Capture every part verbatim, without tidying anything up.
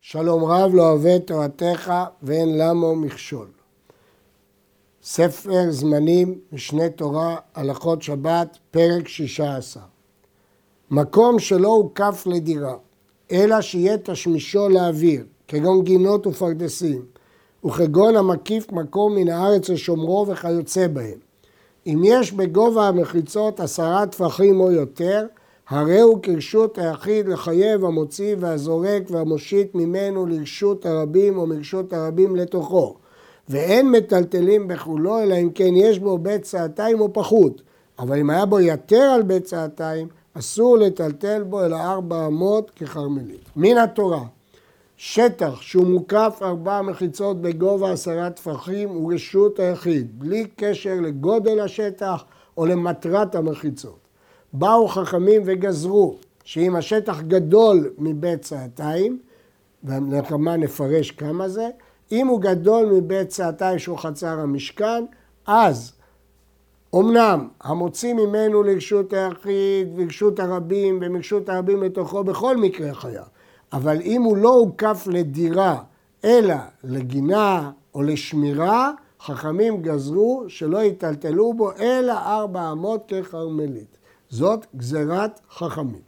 שלום רב לא אוהב תורתך ואין למו מכשול. ספר זמנים, משנה תורה, הלכות שבת, פרק שישה עשר. מקום שלא הוקף לדירה, אלא שיהיה תשמישו לאוויר, כגון גינות ופרדסים, וכגון המקיף מקום מן הארץ לשומרו וכיוצא בהם. אם יש בגובה המחיצות עשרה טפחים או יותר, הרי הוא כרשות היחיד לחייב המוציא והזורק והמושיט ממנו לרשות הרבים או מרשות הרבים לתוכו. ואין מטלטלים בכולו, אלא אם כן יש בו בית צעתיים או פחות. אבל אם היה בו יתר על בית צעתיים, אסור לטלטל בו אלא ארבע אמות כחרמלית. מן התורה, שטח שהוא מוקף ארבע מחיצות בגובה עשרה טפחים הוא רשות היחיד, בלי קשר לגודל השטח או למטרת המחיצות. באו חכמים וגזרו שאם השטח גדול מבית צעתיים, ולכמה נפרש כמה זה, אם הוא גדול מבית צעתיים שהוא חצר המשכן, אז אמנם המוציא ממנו לרשות היחיד ורשות הרבים ומרשות הרבים לתוכו בכל מקרה חייב. אבל אם הוא לא הוקף לדירה אלא לגינה או לשמירה, חכמים גזרו שלא יטלטלו בו אלא ארבע אמות כחרמלית. זאת גזירת חכמים.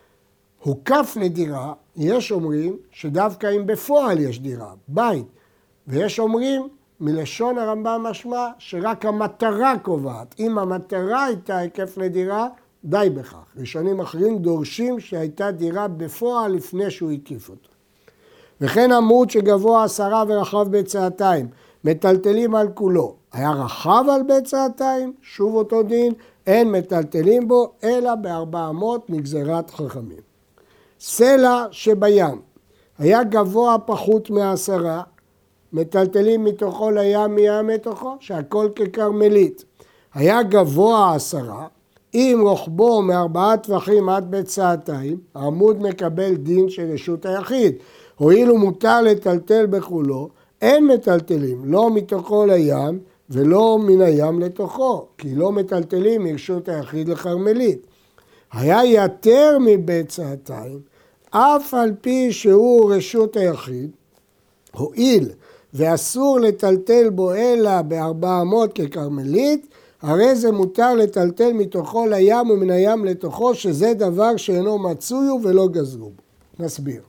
הוקף לדירה, יש אומרים שדווקא אם בפועל יש דירה, בית, ויש אומרים מלשון הרמב"ם משמע שרק המטרה קובעת. אם המטרה הייתה היקף לדירה, די בכך. ראשונים אחרים דורשים שהייתה דירה בפועל לפני שהוא הקיף אותו. וכן עמוד שגבוה עשרה ורחב בית צעתיים, מטלטלים על כולו. היה רחב על בית צעתיים, שוב אותו דין, אין מטלטלים בו, אלא בארבע אמות מגזירת חכמים. סלע שבים, היה גבוה פחות מעשרה, מטלטלים מתוכו לים מים מתוכו, שהכל ככרמלית. היה גבוה עשרה, אם רוחבו מארבעה טווחים עד בית צעתיים, העמוד מקבל דין של רשות היחיד. הואיל ומותר לטלטל בכולו, אין מטלטלים, לא מתוכו לים ולא מן הים לתוכו, כי לא מטלטלים מרשות היחיד לכרמלית. היה יתר מבית צעתיים, אף על פי שהוא רשות היחיד, הואיל ואסור לטלטל בו אלא בארבע אמות ככרמלית, הרי זה מותר לטלטל מתוכו לים ומן הים לתוכו, שזה דבר שאינו מצוי ולא גזרו בו. נסביר.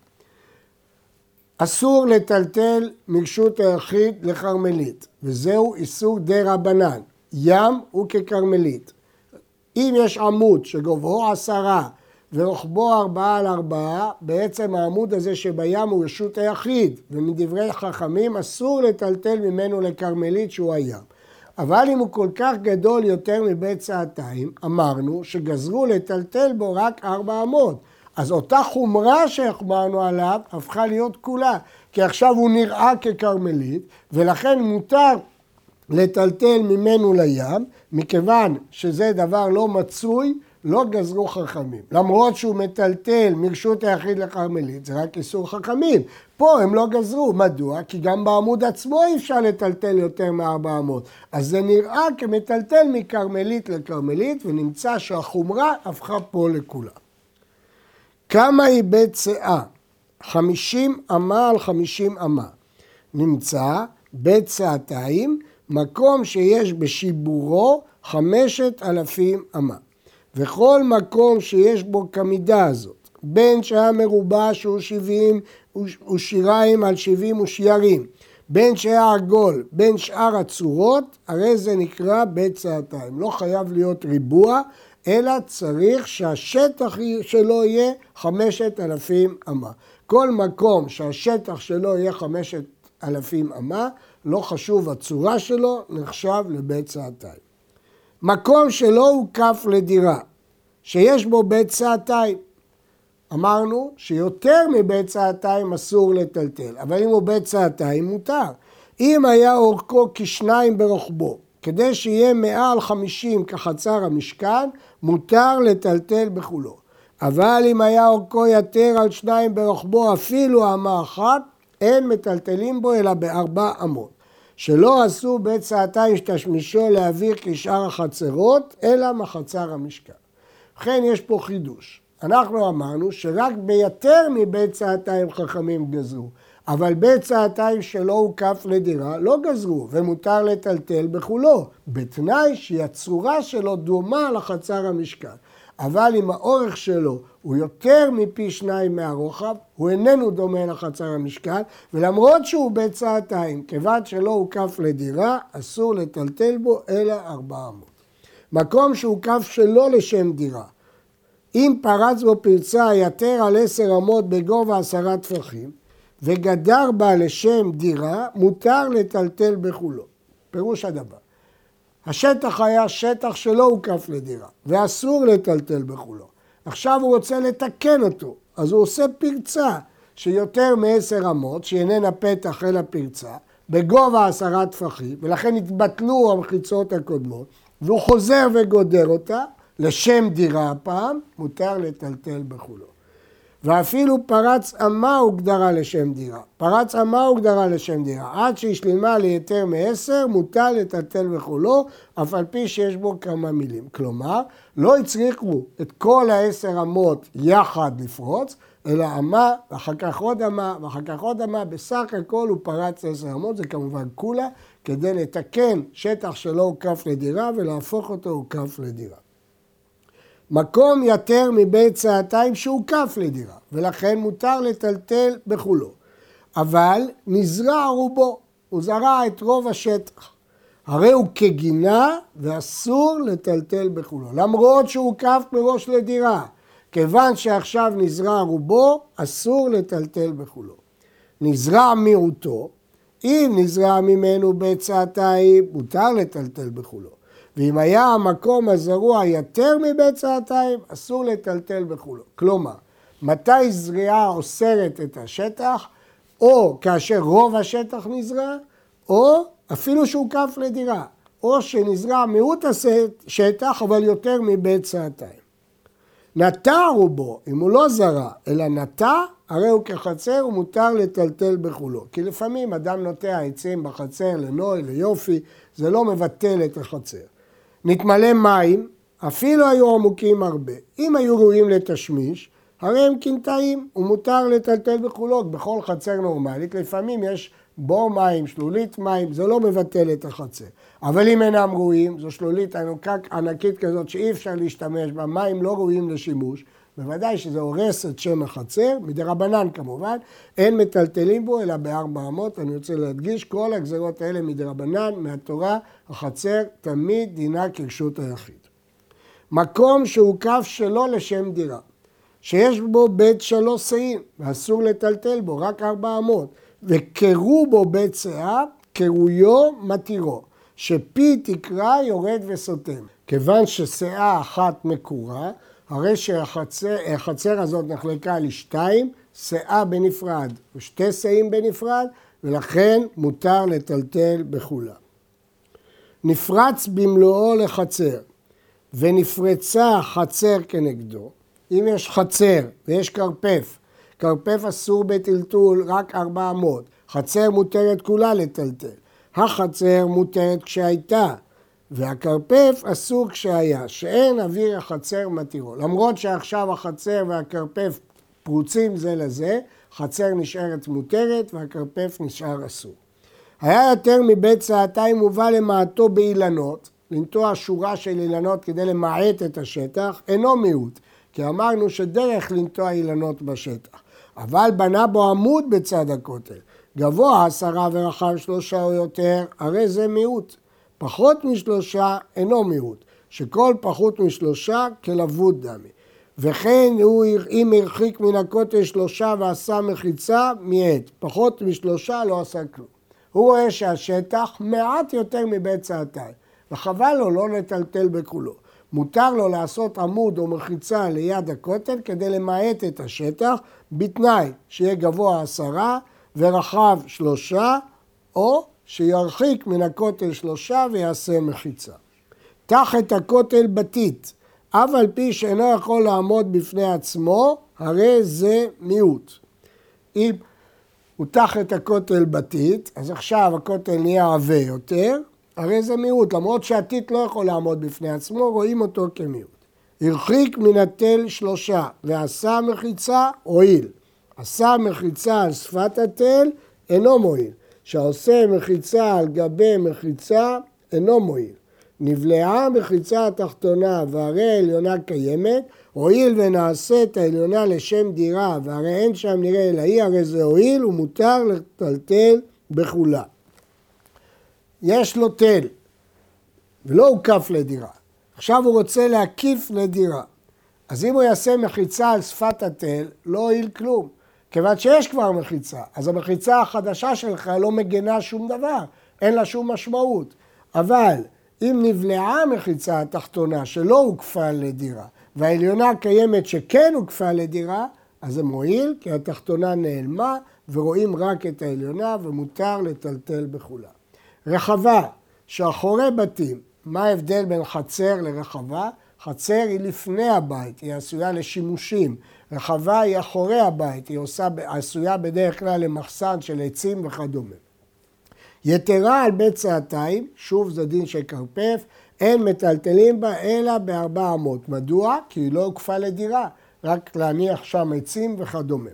אסור לטלטל מרשות היחיד לכרמלית, וזהו איסור די רבנן. ים הוא ככרמלית. אם יש עמוד שגובהו עשרה ורוחבו ארבעה על ארבעה, בעצם העמוד הזה שבים הוא רשות היחיד, ומדברי חכמים אסור לטלטל ממנו לכרמלית שהוא הים. אבל אם הוא כל כך גדול יותר מבית צעתיים, אמרנו שגזרו לטלטל בו רק ארבע אמות. אז אותה חומרה שהחמרנו עליו הפכה להיות כולה, כי עכשיו הוא נראה ככרמלית, ולכן מותר לטלטל ממנו לים, מכיוון שזה דבר לא מצוי, לא גזרו חכמים. למרות שהוא מטלטל מרשות היחיד לכרמלית, זה רק איסור חכמים. פה הם לא גזרו. מדוע? כי גם בעמוד עצמו אי אפשר לטלטל יותר מארבע אמות. אז זה נראה כמטלטל מכרמלית לכרמלית, ונמצא שהחומרה הפכה פה לכולה. כמה היא בית צאה? חמישים אמה על חמישים אמה. נמצא בית צעתיים, מקום שיש בשיבורו חמשת אלפים אמה. וכל מקום שיש בו כמידה הזאת, בין שהיה מרובע שהוא שבעים ושיריים על שבעים ושיירים, בין שהיה עגול, בין שאר הצורות, הרי זה נקרא בית צעתיים. לא חייב להיות ריבוע, אלא צריך שהשטח שלו יהיה חמשת אלפים אמה. כל מקום שהשטח שלו יהיה חמשת אלפים אמה, לא חשוב הצורה שלו, נחשב לבית צעתיים. מקום שלא הוקף לדירה, שיש בו בית צעתיים. אמרנו שיותר מבית צעתיים אסור לטלטל, אבל אם הוא בית צעתיים מותר. אם היה אורכו כשניים ברוחבו, כדי שיהיה מעל חמישים כחצר המשכן, מותר לטלטל בכולו. אבל אם היה אורכו יותר על שניים ברוחבו, אפילו אמה אחת, אין מטלטלים בו אלא בארבע אמות. שלא עשו בית צעתיים שתשמישו להעביר כשאר החצרות, אלא מחצר המשכן. לכן יש פה חידוש. אנחנו אמרנו שרק ביותר מבית צעתיים חכמים גזרו, אבל בית צעתיים שלא הוקף לדירה לא גזרו, ומותר לטלטל בכולו, בתנאי שהצורה שלו דומה לחצר המשכן. אבל אם האורך שלו הוא יותר מפי שניים מהרוחב, הוא איננו דומה לחצר המשכן, ולמרות שהוא בית צעתיים, כיוון שלא הוקף לדירה, אסור לטלטל בו אלא ארבע אמות. מקום שהוקף שלא לשם דירה, אם פרץ בו פרצה יתר על עשר אמות בגובה עשרה טפחים, וגדר בה לשם דירה, מותר לטלטל בכולו. פירוש הדבר. השטח היה שטח שלא הוקף לדירה, ואסור לטלטל בכולו. עכשיו הוא רוצה לתקן אותו, אז הוא עושה פרצה שיותר מעשר אמות, שאיננה פתח אלא פרצה, בגובה עשרה טפחים, ולכן התבטלו המחיצות הקודמות, והוא חוזר וגודר אותה, לשם דירה הפעם, מותר לטלטל בכולו. ואפילו פרץ אמה הוגדרה לשם דירה. פרץ אמה הוגדרה לשם דירה. עד שהשלימה ליותר מעשר, מותר לטלטל בכולו, אף על פי שיש בו כמה מילים. כלומר, לא הצריכו את כל העשר אמות יחד לפרוץ, אלא אמה, ואחר כך עוד אמה, ואחר כך עוד אמה. בסך הכל הוא פרץ עשר אמות, זה כמובן כולה, כדי לתקן שטח שלא הוקף לדירה ולהפוך אותו הוקף לדירה. מקום יתר מבית צעתיים שהוקף לדירה, ולכן מותר לטלטל בכולו. אבל נזרע רובו, הוא זרע את רוב השטח. הרי הוא כגינה ואסור לטלטל בכולו, למרות שהוא הוקף מראש לדירה. כיוון שעכשיו נזרע רובו, אסור לטלטל בכולו. נזרע מיעוטו, אם נזרע ממנו בית צעתיים, מותר לטלטל בכולו. ואם היה המקום הזרוע יותר מבית צעתיים, אסור לטלטל בכולו. כלומר, מתי זריעה אוסרת את השטח, או כאשר רוב השטח נזרע, או אפילו שהוקף לדירה, או שנזרע מיעוט השטח, אבל יותר מבית צעתיים. נטע רובו, אם הוא לא זרע, אלא נטע, הרי הוא כחצר ומותר לטלטל בכולו. כי לפעמים אדם נוטע עצים בחצר לנוי, ליופי, זה לא מבטל את החצר. נתמלא מים, אפילו היו עמוקים הרבה. אם היו ראויים לתשמיש, הרי הם קנטעים, ומותר לטלטל בכולו. בכל חצר נורמלית, לפעמים יש בור מים, שלולית מים, זה לא מבטל את החצר. אבל אם אינם ראויים, זו שלולית ענקית כזאת שאי אפשר להשתמש בה, מים לא ראויים לשימוש, בוודאי שזה הורס את שם החצר, מדרבנן כמובן, אין מטלטלים בו אלא בארבע אמות. אני רוצה להדגיש, כל הגזרות האלה מדרבנן, מהתורה, החצר תמיד דינה כרשות היחיד. מקום שהוקף שלא לשם דירה, שיש בו בית שלוש שאים, ואסור לטלטל בו, רק ארבע אמות, וקרו בו בית שאה, קרויו מתירו, שפי תקרה יורד וסותם. כיוון ששאה אחת מקורה, הרי שהחצר הזאת נחלקה לשתיים, שאה בנפרד ושתי שאים בנפרד, ולכן מותר לטלטל בכולה. נפרץ במלואו לחצר, ונפרצה חצר כנגדו. אם יש חצר ויש קרפף, קרפף אסור בטלטול רק ארבע אמות, חצר מותרת כולה לטלטל. החצר מותרת כשהייתה, והקרפף אסור כשהיה, שאין אוויר החצר מתירו. למרות שעכשיו החצר והקרפף פרוצים זה לזה, חצר נשארת מותרת והקרפף נשאר אסור. היה יותר מבית צעתיים מובא למעטו באילנות, לנטוע שורה של אילנות כדי למעט את השטח, אינו מיעוט, כי אמרנו שדרך לנטוע אילנות בשטח. אבל בנה בו עמוד בצד הכותל, גבוה עשרה ורחב שלושה או יותר, הרי זה מיעוט. פחות משלושה אינו מיעוט, שכל פחות משלושה כלבוד דמי. וכן הוא, אם הרחיק מן הכותל שלושה ועשה מחיצה, מיעט. פחות משלושה לא עשה כלום. הוא רואה שהשטח מעט יותר מבית צעתיים, וחבל לו לא לטלטל בכולו. מותר לו לעשות עמוד או מחיצה ליד הכותל כדי למעט את השטח, בתנאי שיהיה גבוה עשרה ורחב שלושה, או שירחיק מן הכותל שלושה ויעשה מחיצה. תחת הכותל בתית, אף על פי שאינו יכול לעמוד בפני עצמו, הרי זה מיעוט. אם הוא תחת הכותל בתית, אז עכשיו הכותל נהיה עבה יותר, הרי זה מיעוט, למרות שהתית לא יכול לעמוד בפני עצמו, רואים אותו כמיעוט. הרחיק מן התל שלושה ועשה מחיצה, הועיל. עשה מחיצה על שפת התל, אינו מועיל. שעושה מחיצה על גבי מחיצה, אינו מועיל. נבלעה מחיצה התחתונה והרי העליונה קיימת, הועיל ונעשה את העליונה לשם דירה והרי אין שם נראה אלא היא, הרי זה הועיל ומותר לטלטל בחולה. יש לו תל ולא הוקף לדירה. עכשיו הוא רוצה להקיף לדירה. אז אם הוא יעשה מחיצה על שפת התל, לא הועיל כלום. כיוון שיש כבר מחיצה, אז המחיצה החדשה שלך לא מגנה שום דבר, אין לה שום משמעות. אבל אם נבלעה מחיצה התחתונה שלא הוקפה לדירה, והעליונה קיימת שכן הוקפה לדירה, אז זה מועיל, כי התחתונה נעלמה, ורואים רק את העליונה, ומותר לטלטל בחולה. רחבה, שאחורי בתים, מה ההבדל בין חצר לרחבה? חצר היא לפני הבית, היא עשויה לשימושים. רחבה היא אחורי הבית, היא עושה, עשויה בדרך כלל למחסן של עצים וכדומה. יתרה על בית צעתיים, שוב זה דין של כרפף, אין מטלטלים בה אלא בארבע אמות. מדוע? כי היא לא הוקפה לדירה, רק להניח שם עצים וכדומה.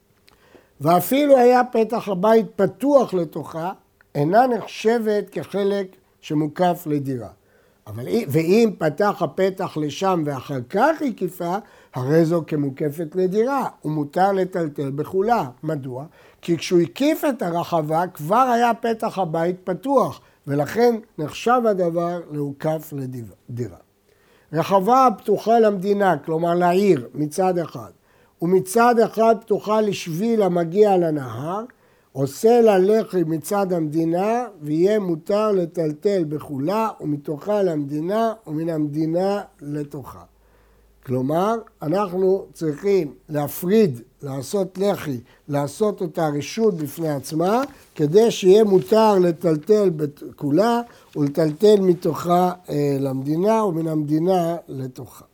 ואפילו היה פתח הבית פתוח לתוכה, אינה נחשבת כחלק שמוקף לדירה. אבל ואם פתח הפתח לשם ואחר כך היא קיפה, הרי זו כמוקפת לדירה, ומותר לטלטל בחולה. מדוע? כי כשהוא הקיף את הרחבה, כבר היה פתח הבית פתוח, ולכן נחשב הדבר להוקף לדירה. רחבה פתוחה למדינה, כלומר לעיר, מצד אחד, ומצד אחד פתוחה לשביל המגיע לנהר, עושה לה לחי מצד המדינה, ויהיה מותר לטלטל בחולה, ומתוכה למדינה, ומן המדינה לתוכה. כלומר, אנחנו צריכים להפריד, לעשות לחי, לעשות אותה רשות בפני עצמה, כדי שיהיה מותר לטלטל בכולה, ולטלטל מתוכה אה, למדינה, ומן המדינה לתוכה.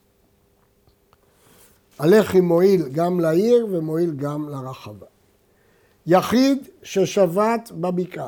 הלחי מועיל גם לעיר, ומועיל גם לרחבה. יחיד ששבת בבקעה,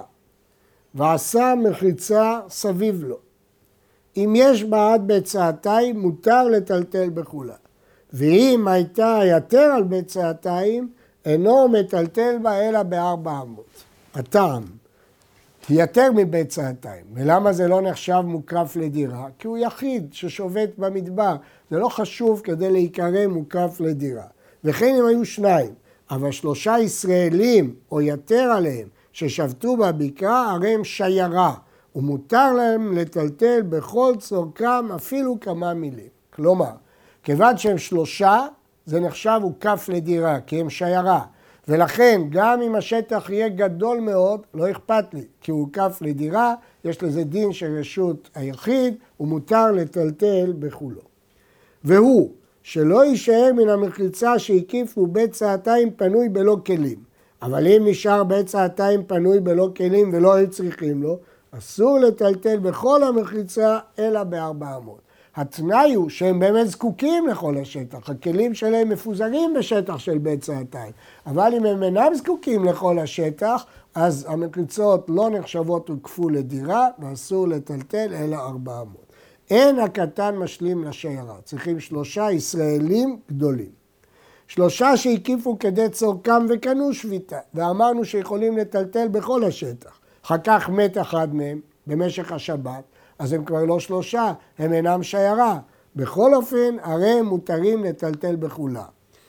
ועשה מחיצה סביב לו. אם יש בה עד ביצעתיים, מותר לטלטל בחולה. ואם הייתה היתר על ביצעתיים, אינו מטלטל בה אלא בארבע אמות. הטעם, היא יותר מביצעתיים. ולמה זה לא נחשב מוקף לדירה? כי הוא יחיד ששובת במדבר. זה לא חשוב כדי להיקרא מוקף לדירה. וכן אם היו שניים, אבל שלושה ישראלים או יתר עליהם ששבתו בבקעה, הרי הם שיירה. ומותר להם לטלטל בכל צורכם אפילו כמה מילים. כלומר, כיוון שהם שלושה, זה נחשב הוקף לדירה, כי הם שיירה. ולכן, גם אם השטח יהיה גדול מאוד, לא אכפת לי, כי הוא הוקף לדירה, יש לזה דין של רשות היחיד, ומותר לטלטל בכולו. והוא, שלא יישאר מן המחיצה שהקיפו בית צעתיים פנוי בלא כלים. אבל אם נשאר בית צעתיים פנוי בלא כלים ולא היו צריכים לו, אסור לטלטל בכל המחיצה אלא בארבע אמות. התנאי הוא שהם באמת זקוקים לכל השטח, הכלים שלהם מפוזרים בשטח של בית צעתיים, אבל אם הם אינם זקוקים לכל השטח, אז המחיצות לא נחשבות הוקפו לדירה, ואסור לטלטל אלא ארבע אמות. אין הקטן משלים לשיירה, צריכים שלושה ישראלים גדולים. שלושה שהקיפו כדי צורכם וקנו שביתה, ואמרנו שיכולים לטלטל בכל השטח. אחר כך מת אחד מהם במשך השבת, אז הם כבר לא שלושה, הם אינם שיירה. בכל אופן, הרי הם מותרים לטלטל בכולה.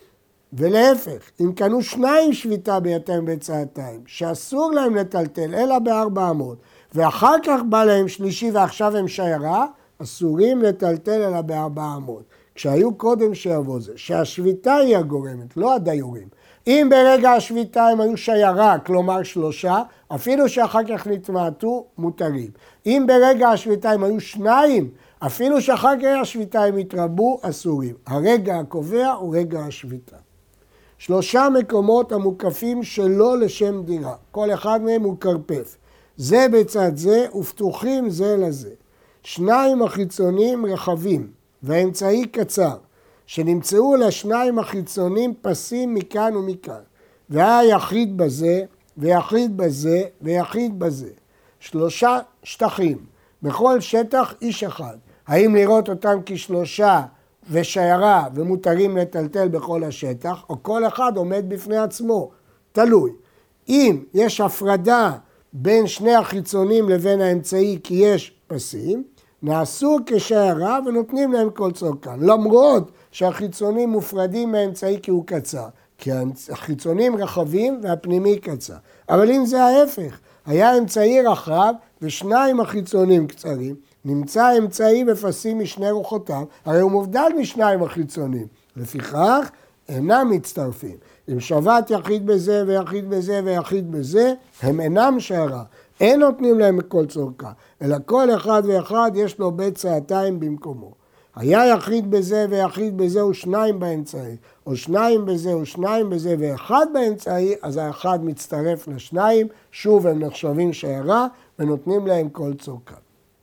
ולהפך, אם קנו שניים שביתה ביתר בצעתיים, שאסור להם לטלטל אלא בארבע אמות, ואחר כך בא להם שלישי ועכשיו הם שיירה, אסורים לטלטל אלא בארבע אמות. כשהיו קודם שיבוא זה, שהשביתה היא הגורמת, לא הדיורים. אם ברגע השביתה הם היו שיירה, כלומר שלושה, אפילו שאחר כך נתמעטו, מותרים. אם ברגע השביתה הם היו שניים, אפילו שאחר כך השביתה הם התרבו, אסורים. הרגע הקובע הוא רגע השביתה. שלושה מקומות המוקפים שלא לשם דירה. כל אחד מהם הוא כרפף. זה בצד זה ופתוחים זה לזה. שניים החיצוניים רחבים והאמצעי קצר. שנמצאו לשניים החיצונים פסים מכאן ומכאן, והיה יחיד בזה, ויחיד בזה, ויחיד בזה. שלושה שטחים, בכל שטח איש אחד. האם לראות אותם כשלושה ושיירה ומותרים לטלטל בכל השטח, או כל אחד עומד בפני עצמו, תלוי. אם יש הפרדה בין שני החיצונים לבין האמצעי כי יש פסים, נעשו כשיירה ונותנים להם כל צורכן, למרות שהחיצונים מופרדים מהאמצעי כי הוא קצר, כי החיצונים רחבים והפנימי קצר. אבל אם זה ההפך, היה אמצעי רחב ושניים החיצונים קצרים, נמצא אמצעי בפסים משני רוחותיו, הרי הוא מובדל משניים החיצונים, לפיכך אינם מצטרפים. אם שבת יחיד בזה ויחיד בזה ויחיד בזה, הם אינם שיירה, אין נותנים להם כל צורכה, אלא כל אחד ואחד יש לו בית צעתיים במקומו. היה יחיד בזה ויחיד בזה ושניים באמצעי, או שניים בזה ושניים בזה ואחד באמצעי, אז האחד מצטרף לשניים, שוב הם נחשבים שיירה ונותנים להם כל צורכה.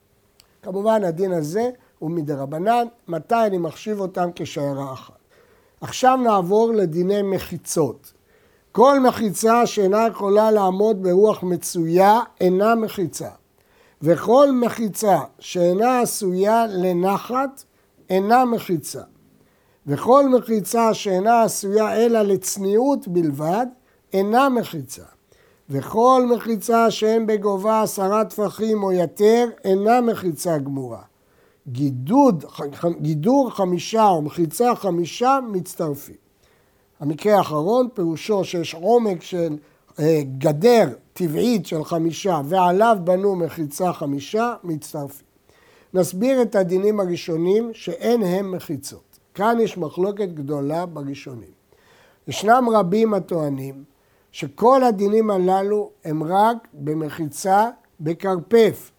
כמובן הדין הזה הוא מדרבנן, מתי אני מחשיב אותם כשיירה אחת. עכשיו נעבור לדיני מחיצות. כל מחיצה שאינה יכולה לעמוד ברוח מצויה אינה מחיצה. וכל מחיצה שאינה עשויה לנחת אינה מחיצה. וכל מחיצה שאינה עשויה אלא לצניעות בלבד אינה מחיצה. וכל מחיצה שאין בגובה עשרה טפחים או יותר אינה מחיצה גמורה. גידוד, גידור חמישה או מחיצה חמישה מצטרפים. המקרה האחרון פירושו שיש עומק של גדר טבעית של חמישה ועליו בנו מחיצה חמישה מצטרפים. נסביר את הדינים הראשונים שאין הם מחיצות. כאן יש מחלוקת גדולה בראשונים. ישנם רבים הטוענים שכל הדינים הללו הם רק במחיצה בקרפף,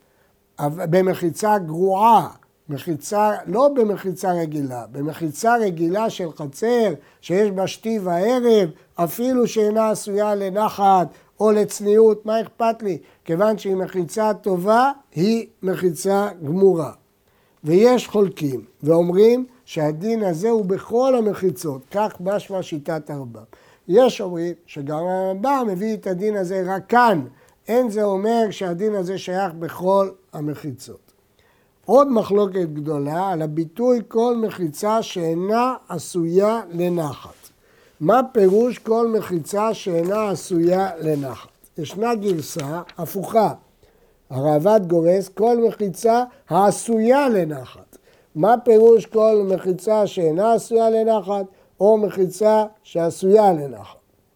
במחיצה גרועה, מחיצה, לא במחיצה רגילה, במחיצה רגילה של חצר שיש בה שתי וערב, אפילו שאינה עשויה לנחת או לצניעות, מה אכפת לי? כיוון שהיא מחיצה טובה, היא מחיצה גמורה. ויש חולקים ואומרים שהדין הזה הוא בכל המחיצות, כך משמע שיטת הרמב"ם. יש אומרים שגם הרמב"ם מביא את הדין הזה רק כאן, אין זה אומר שהדין הזה שייך בכל המחיצות. עוד מחלוקת גדולה על הביטוי כל מחיצה שאינה עשויה לנחת. מה פירוש כל מחיצה שאינה עשויה לנחת? ישנה גרסה הפוכה. הראב"ד גורס כל מחיצה העשויה לנחת. מה פירוש כל מחיצה שאינה עשויה לנחת או מחיצה שעשויה לנחת?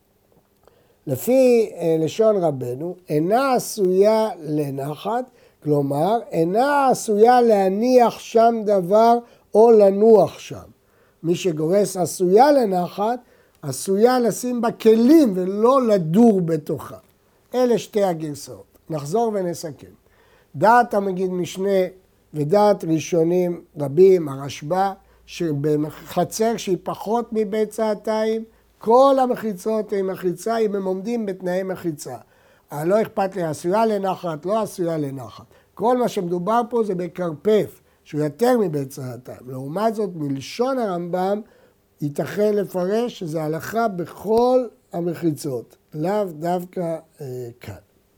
לפי לשון רבנו, אינה עשויה לנחת, כלומר, אינה עשויה להניח שם דבר או לנוח שם. מי שגורס עשויה לנחת, עשויה לשים בה כלים ולא לדור בתוכה. אלה שתי הגרסאות. נחזור ונסכם. דעת המגיד משנה ודעת ראשונים רבים, הרשב"א, שבחצר שהיא פחות מבית צעתיים, כל המחיצות הן מחיצה אם הם עומדים בתנאי מחיצה. לא אכפת לי, עשויה לנחת, לא עשויה לנחת. כל מה שמדובר פה זה בקרפף, שהוא יותר מבית צעתיים. לעומת זאת, מלשון הרמב"ם, ייתכן לפרש שזה הלכה בכל המחיצות, לאו דווקא אה, כאן.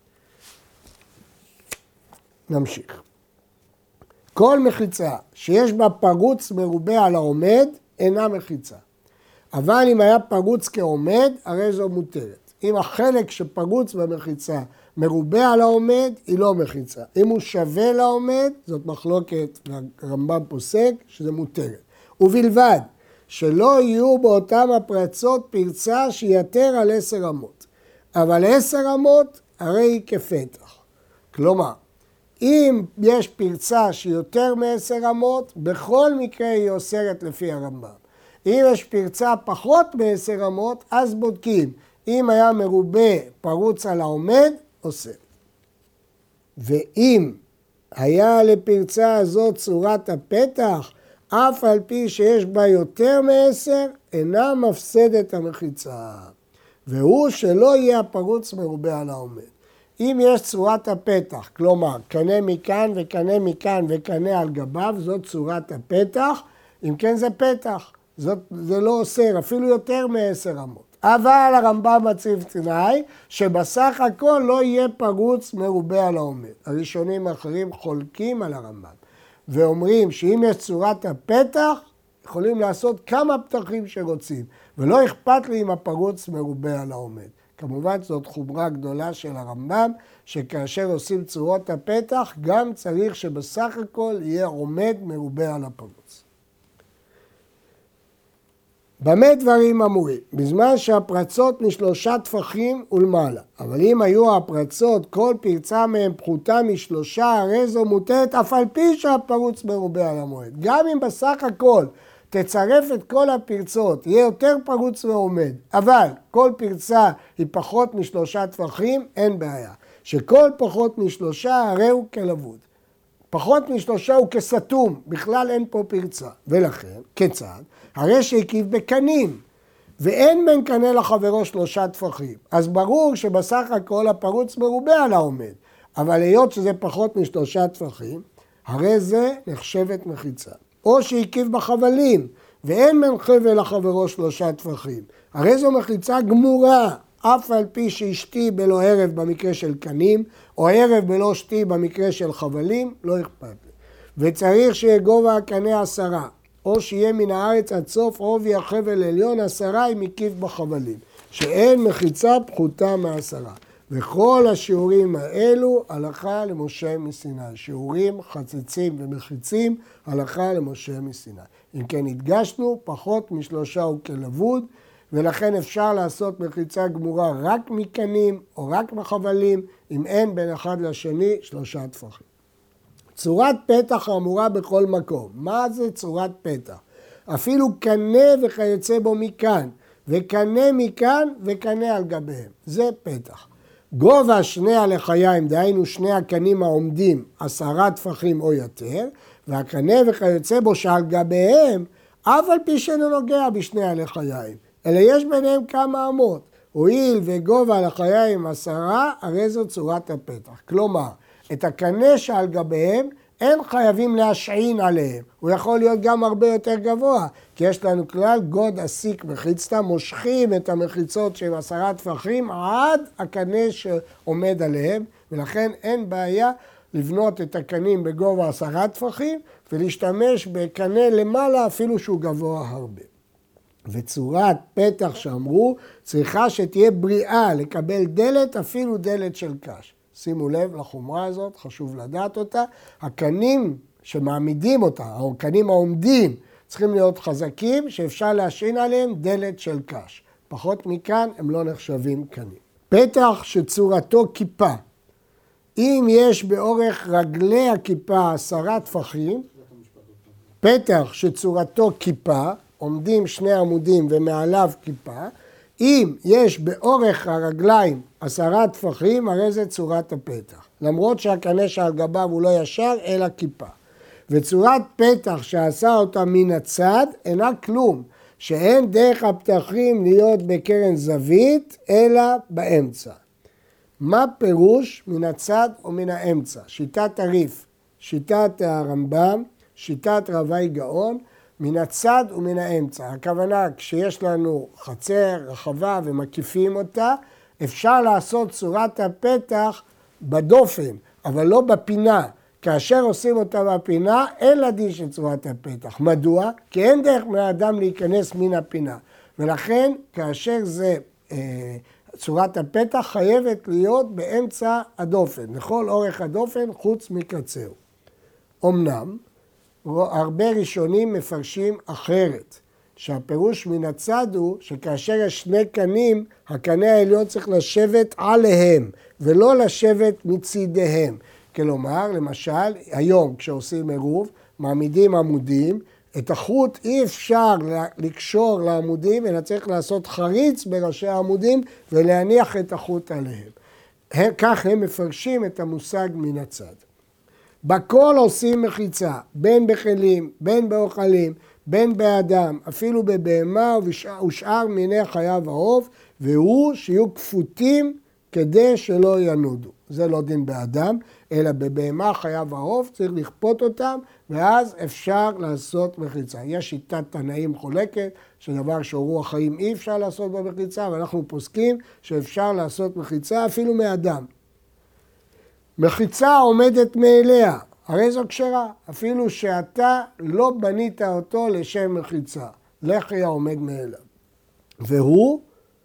נמשיך. כל מחיצה שיש בה פרוץ מרובה על העומד, אינה מחיצה. אבל אם היה פרוץ כעומד, הרי זו מותרת. אם החלק שפרוץ במחיצה מרובה על העומד, היא לא מחיצה. אם הוא שווה לעומד, זאת מחלוקת, והרמב"ם פוסק, שזה מותרת. ובלבד שלא יהיו באותם הפרצות פרצה שיתר על עשר אמות. אבל עשר אמות, הרי היא כפתח. כלומר, אם יש פרצה שיותר מעשר אמות, בכל מקרה היא אוסרת לפי הרמב"ם. אם יש פרצה פחות מעשר אמות, אז בודקים. אם היה מרובה פרוץ על העומד, אוסר. ואם היה לפרצה הזאת צורת הפתח, אף על פי שיש בה יותר מעשר, אינה מפסדת המחיצה. והוא שלא יהיה הפרוץ מרובה על העומד. אם יש צורת הפתח, כלומר, קנה מכאן וקנה מכאן וקנה על גביו, זאת צורת הפתח, אם כן זה פתח, זאת, זה לא אוסר, אפילו יותר מעשר אמות. אבל הרמב"ם מציב תנאי שבסך הכל לא יהיה פרוץ מרובה על העומד. הראשונים האחרים חולקים על הרמב"ם, ואומרים שאם יש צורת הפתח, יכולים לעשות כמה פתחים שרוצים, ולא אכפת לי אם הפרוץ מרובה על העומד. כמובן זאת חומרה גדולה של הרמב"ם, שכאשר עושים צורות הפתח, גם צריך שבסך הכל יהיה עומד מרובה על הפרוץ. במה דברים אמורים? בזמן שהפרצות משלושה טפחים ולמעלה, אבל אם היו הפרצות כל פרצה מהם פחותה משלושה, הרי זו מותרת אף על פי שהפרוץ מרובה על המועד. גם אם בסך הכל תצרף את כל הפרצות, יהיה יותר פרוץ ועומד, אבל כל פרצה היא פחות משלושה טפחים, אין בעיה. שכל פחות משלושה הרי הוא כלבוד. פחות משלושה הוא כסתום, בכלל אין פה פרצה. ולכן, כיצד? הרי שהקיף בקנים, ואין בין קנה לחברו שלושה טפחים. אז ברור שבסך הכל הפרוץ מרובה על העומד. אבל היות שזה פחות משלושה טפחים, הרי זה נחשבת מחיצה. או שהקיף בחבלים, ואין בין חבל לחברו שלושה טפחים. הרי זו מחיצה גמורה, אף על פי שאשתי בלא ערב במקרה של קנים, או ערב בלא שתי במקרה של חבלים, לא אכפת לי. וצריך שיהיה גובה הקנה עשרה, או שיהיה מן הארץ עד סוף עובי החבל עליון עשרה עם הקיף בחבלים, שאין מחיצה פחותה מעשרה. וכל השיעורים האלו הלכה למשה מסיני. שיעורים, חציצים ומחיצים, הלכה למשה מסיני. אם כן הדגשנו, פחות משלושה הוא כלבוד, ולכן אפשר לעשות מחיצה גמורה רק מקנים או רק בחבלים, אם אין בין אחד לשני שלושה טפחים. צורת פתח האמורה בכל מקום. מה זה צורת פתח? אפילו קנה וכיוצא בו מכאן, וקנה מכאן וקנה על גביהם. זה פתח. גובה שני הלחיים, דהיינו שני הקנים העומדים, עשרה טפחים או יותר, והקנה וכיוצא בו שעל גביהם, אף על פי שאינו נוגע בשני הלחיים, אלא יש ביניהם כמה אמות. הואיל וגובה הלחיים עשרה, הרי זו צורת הפתח. כלומר, את הקנה שעל גביהם, אין חייבים להשעין עליהם. הוא יכול להיות גם הרבה יותר גבוה, כי יש לנו כלל גוד עסיק מחיצתא, מושכים את המחיצות שהם עשרה טפחים עד הקנה שעומד עליהם, ולכן אין בעיה לבנות את הקנים בגובה עשרה טפחים, ולהשתמש בקנה למעלה אפילו שהוא גבוה הרבה. וצורת פתח שאמרו, צריכה שתהיה בריאה לקבל דלת, אפילו דלת של קש. שימו לב לחומרה הזאת, חשוב לדעת אותה. הקנים שמעמידים אותה, או הקנים העומדים, צריכים להיות חזקים, שאפשר להשעין עליהם דלת של קש. פחות מכאן הם לא נחשבים קנים. פתח שצורתו כיפה. אם יש באורך רגלי הכיפה עשרה טפחים, פתח שצורתו כיפה, עומדים שני עמודים ומעליו כיפה, אם יש באורך הרגליים עשרה טפחים, הרי זה צורת הפתח. למרות שהקנה שעל גביו הוא לא ישר, אלא כיפה. וצורת פתח שעשה אותה מן הצד, אינה כלום, שאין דרך הפתחים להיות בקרן זווית, אלא באמצע. מה פירוש מן הצד או מן האמצע? שיטת הריף, שיטת הרמב"ם, שיטת רבי גאון, מן הצד ומן האמצע. הכוונה, כשיש לנו חצר רחבה ומקיפים אותה, אפשר לעשות צורת הפתח בדופן, אבל לא בפינה. כאשר עושים אותה בפינה, אין לה דין של צורת הפתח. מדוע? כי אין דרך מהאדם להיכנס מן הפינה. ולכן, כאשר זה אה, צורת הפתח, חייבת להיות באמצע הדופן, לכל אורך הדופן, חוץ מקצהו. אמנם, הרבה ראשונים מפרשים אחרת, שהפירוש מן הצד הוא שכאשר יש שני קנים, הקנה העליון צריך לשבת עליהם, ולא לשבת מצידיהם. כלומר, למשל, היום כשעושים עירוב, מעמידים עמודים, את החוט אי אפשר לקשור לעמודים, אלא צריך לעשות חריץ בראשי העמודים ולהניח את החוט עליהם. כך הם מפרשים את המושג מן הצד. בכל עושים מחיצה, בין בכלים, בין באוכלים, בין באדם, אפילו בבהמה ושאר מיני חיה ועוף, והוא שיהיו כפותים כדי שלא ינודו. זה לא דין באדם, אלא בבהמה, חיה ועוף, צריך לכפות אותם, ואז אפשר לעשות מחיצה. יש שיטת תנאים חולקת, שדבר שרוח חיים אי אפשר לעשות במחיצה, ואנחנו פוסקים שאפשר לעשות מחיצה אפילו מאדם. מחיצה עומדת מאליה, הרי זו כשרה, אפילו שאתה לא בנית אותו לשם מחיצה, לחי העומד מאליו. והוא,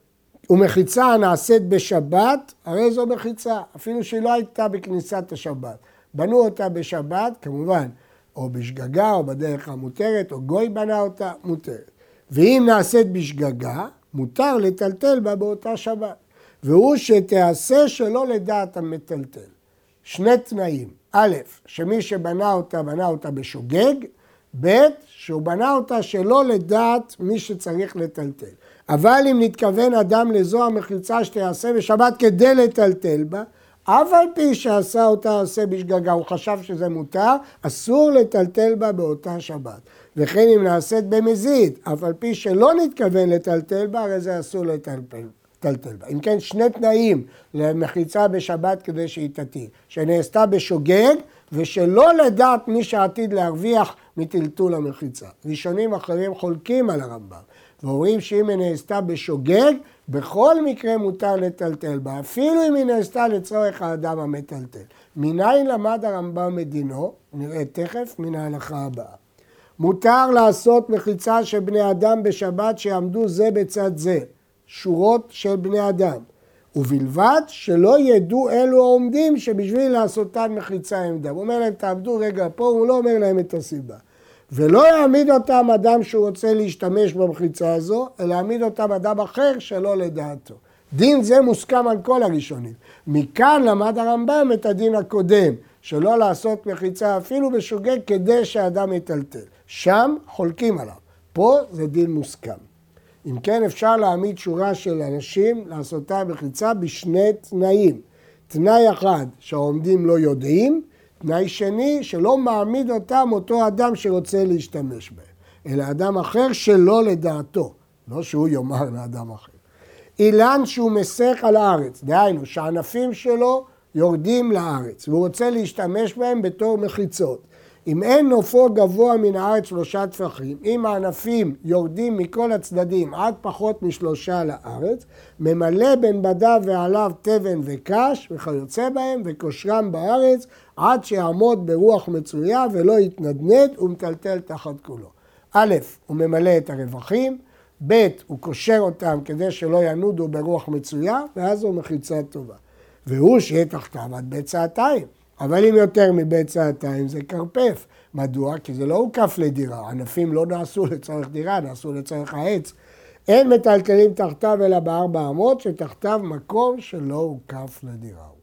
ומחיצה הנעשית בשבת, הרי זו מחיצה, אפילו שהיא לא הייתה בכניסת השבת. בנו אותה בשבת, כמובן, או בשגגה, או בדרך המותרת, או גוי בנה אותה, מותרת. ואם נעשית בשגגה, מותר לטלטל בה באותה שבת. והוא שתעשה שלא לדעת המטלטל. שני תנאים. א', שמי שבנה אותה, בנה אותה בשוגג. ב', שהוא בנה אותה שלא לדעת מי שצריך לטלטל. אבל אם נתכוון אדם לזו המחיצה שתעשה בשבת כדי לטלטל בה, אף על פי שעשה אותה עושה בשגגה, הוא חשב שזה מותר, אסור לטלטל בה באותה שבת. וכן אם נעשית במזיד, אף על פי שלא נתכוון לטלטל בה, הרי זה אסור לטלטל, לטלטל בה. אם כן, שני תנאים למחיצה בשבת כדי שהיא תתיר, שנעשתה בשוגג, ושלא לדעת מי שעתיד להרוויח מטלטול המחיצה. ראשונים אחרים חולקים על הרמב"ם, ואומרים שאם היא נעשתה בשוגג, בכל מקרה מותר לטלטל בה, אפילו אם היא נעשתה לצורך האדם המטלטל. מניין למד הרמב"ם מדינו, נראה תכף מן ההלכה הבאה. מותר לעשות מחיצה של בני אדם בשבת שיעמדו זה בצד זה, שורות של בני אדם, ובלבד שלא ידעו אלו העומדים שבשביל לעשותן מחיצה עמדה. הוא אומר להם, תעמדו רגע פה, הוא לא אומר להם את הסיבה. ולא יעמיד אותם אדם שהוא רוצה להשתמש במחיצה הזו, אלא יעמיד אותם אדם אחר שלא לדעתו. דין זה מוסכם על כל הראשונים. מכאן למד הרמב"ם את הדין הקודם, שלא לעשות מחיצה אפילו בשוגג כדי שהאדם יטלטל. שם חולקים עליו. פה זה דין מוסכם. אם כן אפשר להעמיד שורה של אנשים לעשותה מחיצה בשני תנאים. תנאי אחד שהעומדים לא יודעים, תנאי שני שלא מעמיד אותם אותו אדם שרוצה להשתמש בהם, אלא אדם אחר שלא לדעתו, לא שהוא יאמר לאדם אחר. אילן שהוא מסך על הארץ, דהיינו שהענפים שלו יורדים לארץ, והוא רוצה להשתמש בהם בתור מחיצות. אם אין נופו גבוה מן הארץ שלושה טפחים, אם הענפים יורדים מכל הצדדים עד פחות משלושה לארץ, ממלא בין בדיו ועליו תבן וקש וכיוצא בהם וקושרם בארץ עד שיעמוד ברוח מצויה ולא יתנדנד ומטלטל תחת כולו. א', הוא ממלא את הרווחים, ב', הוא קושר אותם כדי שלא ינודו ברוח מצויה, ואז הוא מחיצה טובה. והוא שיהיה תחתיו עד ביצעתיים. אבל אם יותר מביצעתיים זה כרפף. מדוע? כי זה לא הוקף לדירה. ענפים לא נעשו לצורך דירה, נעשו לצורך העץ. אין מטלטלים תחתיו אלא בארבע אמות, שתחתיו מקום שלא הוקף לדירה.